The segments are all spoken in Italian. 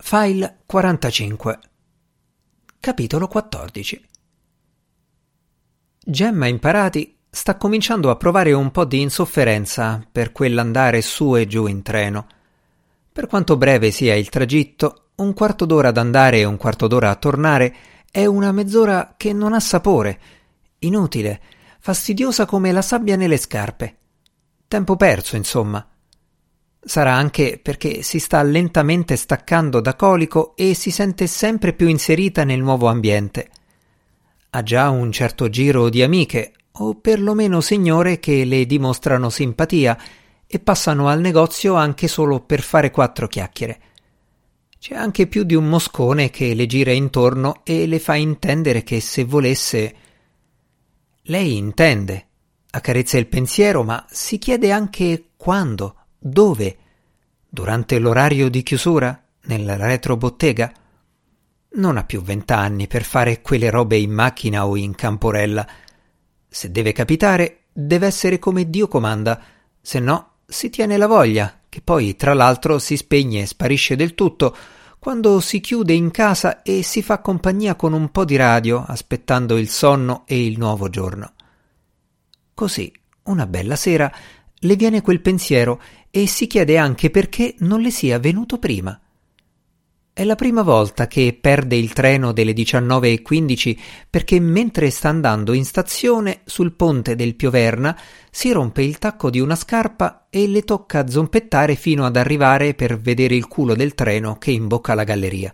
File 45. Capitolo 14. Gemma Imparati sta cominciando a provare un po' di insofferenza per quell'andare su e giù in treno. Per quanto breve sia il tragitto, un quarto d'ora ad andare e un quarto d'ora a tornare è una mezz'ora che non ha sapore, inutile, fastidiosa come la sabbia nelle scarpe. Tempo perso, insomma. Sarà anche perché si sta lentamente staccando da colico e si sente sempre più inserita nel nuovo ambiente. Ha già un certo giro di amiche, o perlomeno signore che le dimostrano simpatia e passano al negozio anche solo per fare 4 chiacchiere. C'è anche più di un moscone che le gira intorno e le fa intendere che se volesse... Lei intende, accarezza il pensiero, ma si chiede anche quando. Dove? Durante l'orario di chiusura? Nella retrobottega? Non ha più 20 anni per fare quelle robe in macchina o in camporella. Se deve capitare, deve essere come Dio comanda, se no si tiene la voglia, che poi tra l'altro si spegne e sparisce del tutto quando si chiude in casa e si fa compagnia con un po' di radio, aspettando il sonno e il nuovo giorno. Così, una bella sera, le viene quel pensiero e si chiede anche perché non le sia venuto prima. È la prima volta che perde il treno delle 19:15 perché mentre sta andando in stazione sul ponte del Pioverna si rompe il tacco di una scarpa e le tocca zompettare fino ad arrivare per vedere il culo del treno che imbocca la galleria.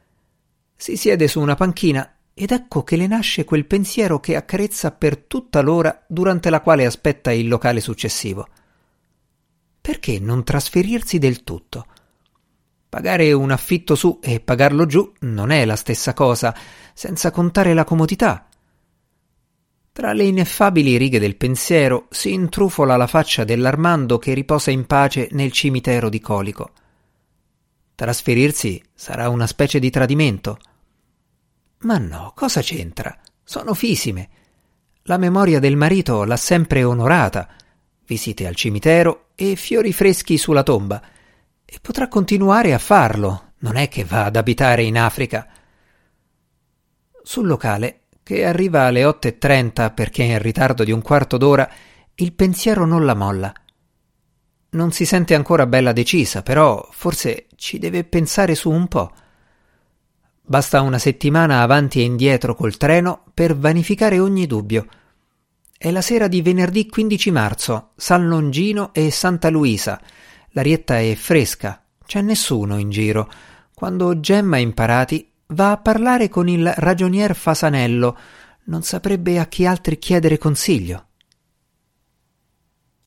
Si siede su una panchina ed ecco che le nasce quel pensiero che accarezza per tutta l'ora durante la quale aspetta il locale successivo. Perché non trasferirsi del tutto? Pagare un affitto su e pagarlo giù non è la stessa cosa, senza contare la comodità. Tra le ineffabili righe del pensiero si intrufola la faccia dell'Armando che riposa in pace nel cimitero di Colico. Trasferirsi sarà una specie di tradimento. Ma no, cosa c'entra? Sono fisime. La memoria del marito l'ha sempre onorata. Visite al cimitero e fiori freschi sulla tomba. E potrà continuare a farlo, non è che va ad abitare in Africa. Sul locale, che arriva alle 8:30 perché è in ritardo di un quarto d'ora, il pensiero non la molla. Non si sente ancora bella decisa, però forse ci deve pensare su un po'. Basta una settimana avanti e indietro col treno per vanificare ogni dubbio. È la sera di venerdì 15 marzo, San Longino e Santa Luisa. L'arietta è fresca, c'è nessuno in giro, quando Gemma Imparati va a parlare con il ragionier Fasanello, non saprebbe a chi altri chiedere consiglio.